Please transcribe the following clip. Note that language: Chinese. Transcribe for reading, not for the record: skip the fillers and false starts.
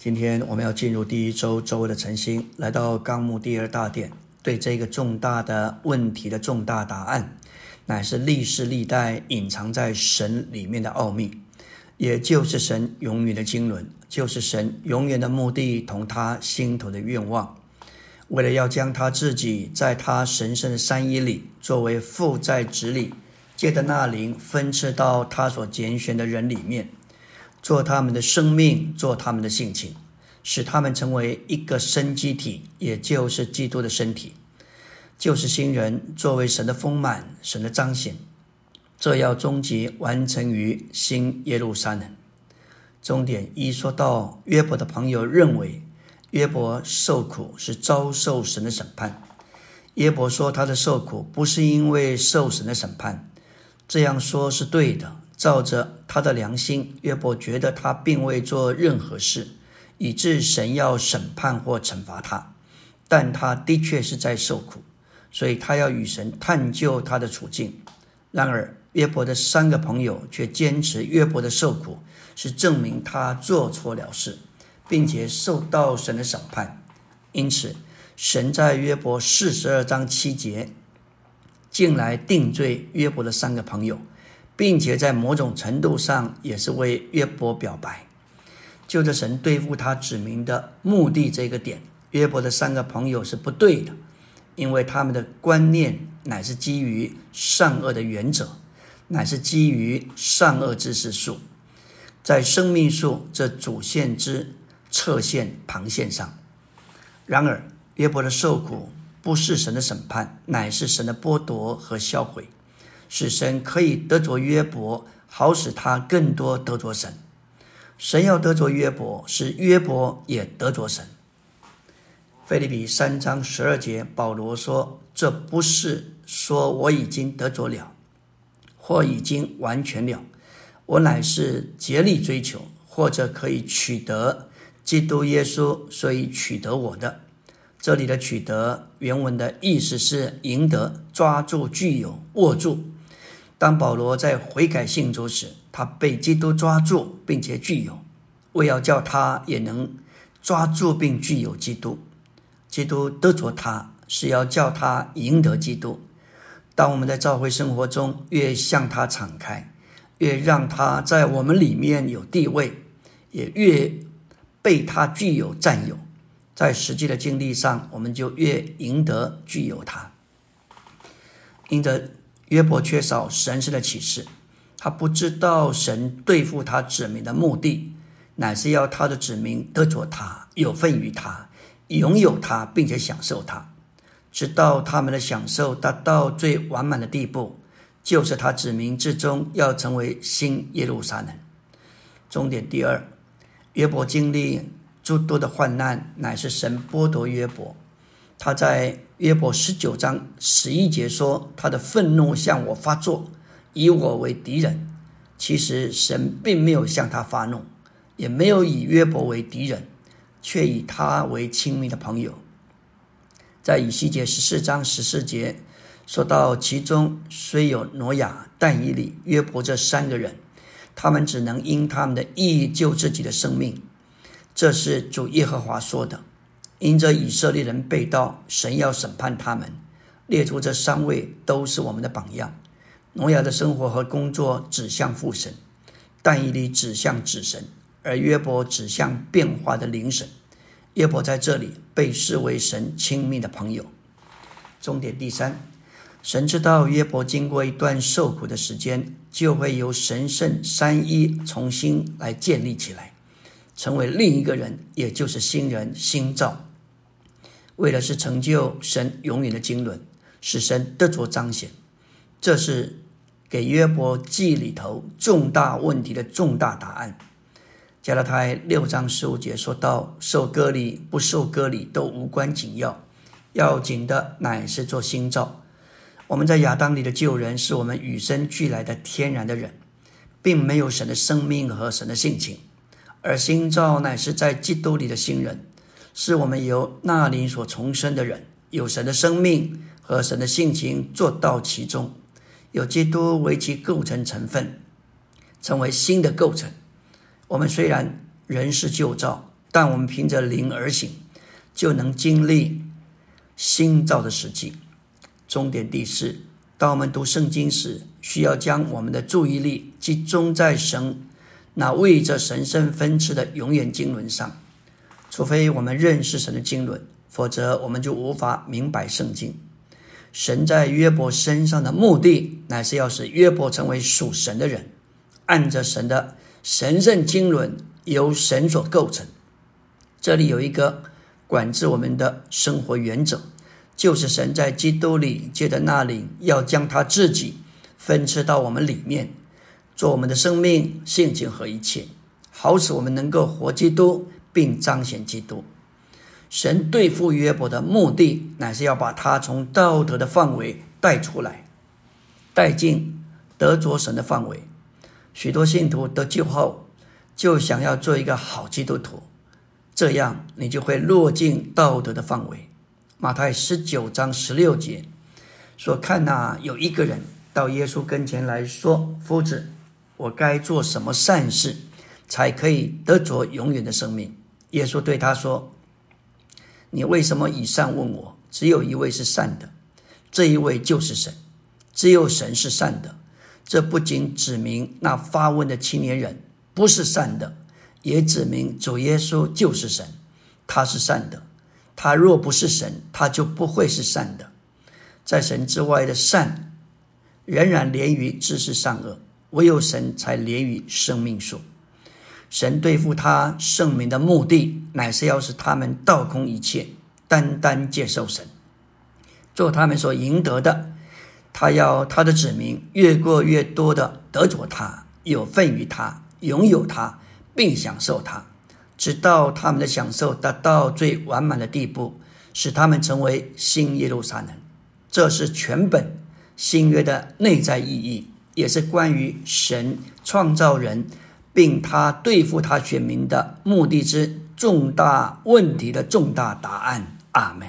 今天我们要进入第一周周围的晨星，来到纲目第二大点，对这个重大的问题的重大答案，乃是历世历代隐藏在神里面的奥秘，也就是神永远的经纶，就是神永远的目的同他心头的愿望。为了要将他自己在他神圣的三一里作为父在子里，借着那灵分赐到他所拣选的人里面，做他们的生命，做他们的性情，使他们成为一个生机体，也就是基督的身体，就是新人作为神的丰满，神的彰显。这要终极完成于新耶路撒冷。终点一说到约伯的朋友认为约伯受苦是遭受神的审判。约伯说他的受苦不是因为受神的审判，这样说是对的。照着他的良心，约伯觉得他并未做任何事以致神要审判或惩罚他，但他的确是在受苦，所以他要与神探究他的处境。然而约伯的三个朋友却坚持约伯的受苦是证明他做错了事，并且受到神的审判。因此神在约伯42章7节进来定罪约伯的三个朋友，并且在某种程度上也是为约伯表白。就着神对付他指明的目的这个点，约伯的三个朋友是不对的，因为他们的观念乃是基于善恶的原则，乃是基于善恶知识树，在生命树这主线之侧线旁线上。然而约伯的受苦不是神的审判，乃是神的剥夺和销毁，使神可以得着约伯，好使他更多得着神。神要得着约伯，使约伯也得着神。腓立比3章12节保罗说，这不是说我已经得着了，或已经完全了，我乃是竭力追求，或者可以取得基督耶稣，所以取得我的。这里的取得原文的意思是赢得、抓住、具有、握住。当保罗在悔改信主时，他被基督抓住并且具有，为要叫他也能抓住并具有基督。基督得着他，是要叫他赢得基督。当我们在教会生活中越向他敞开，越让他在我们里面有地位，也越被他具有占有，在实际的经历上我们就越赢得具有他。因着约伯缺少神圣的启示，他不知道神对付他子民的目的，乃是要他的子民得着他，有份于他，拥有他，并且享受他，直到他们的享受达到最完满的地步，就是他子民之中要成为新耶路撒冷。终点第二，约伯经历诸多的患难，乃是神剥夺约伯。他在约伯19章11节说，他的愤怒向我发作，以我为敌人。其实神并没有向他发怒，也没有以约伯为敌人，却以他为亲密的朋友。在以西结14章14节说到，其中虽有挪亚、但以理、约伯这三个人，他们只能因他们的义救自己的生命。这是主耶和华说的。因着以色列人背道，神要审判他们。列出这三位都是我们的榜样。挪亚的生活和工作指向父神，但以理指向子神，而约伯指向变化的灵神。约伯在这里被视为神亲密的朋友。终点第三，神知道约伯经过一段受苦的时间，就会由神圣三一重新来建立起来，成为另一个人，也就是新人新造，为的是成就神永远的经纶，使神得着彰显。这是给约伯记里头重大问题的重大答案。加拉太6章15节说到，受割礼不受割礼都无关紧要，要紧的乃是做新造。我们在亚当里的旧人是我们与生俱来的天然的人，并没有神的生命和神的性情，而新造乃是在基督里的新人，是我们由那灵所重生的人，有神的生命和神的性情做到其中，有基督为其构成成分，成为新的构成。我们虽然人是旧造， 但我们凭着灵而行，就能经历新造的实际。重点第四，当我们读圣经时，需要将我们的注意力集中在神那为着神圣分赐的永远经纶上。除非我们认识神的经纶，否则我们就无法明白圣经。神在约伯身上的目的，乃是要使约伯成为属神的人，按着神的神圣经纶，由神所构成。这里有一个管制我们的生活原则，就是神在基督里借着那灵，要将他自己分赐到我们里面，做我们的生命、性情和一切，好使我们能够活基督，并彰显基督。神对付约伯的目的，乃是要把他从道德的范围带出来，带进得着神的范围。许多信徒得救后，就想要做一个好基督徒，这样你就会落进道德的范围。马太19章16节说，看哪，有一个人到耶稣跟前来说，夫子，我该做什么善事，才可以得着永远的生命？耶稣对他说，你为什么以善问我？只有一位是善的，这一位就是神。只有神是善的。这不仅指明那发问的青年人不是善的，也指明主耶稣就是神，他是善的。他若不是神，他就不会是善的。在神之外的善仍然连于知识善恶，唯有神才连于生命树。神对付他圣民的目的，乃是要使他们倒空一切，单单接受神，做他们所赢得的。他要他的子民越过越多的得着他，有份于他，拥有他，并享受他，直到他们的享受达到最完满的地步，使他们成为新耶路撒冷。这是全本新约的内在意义，也是关于神创造人并他对付他选民的目的之重大问题的重大答案。阿们。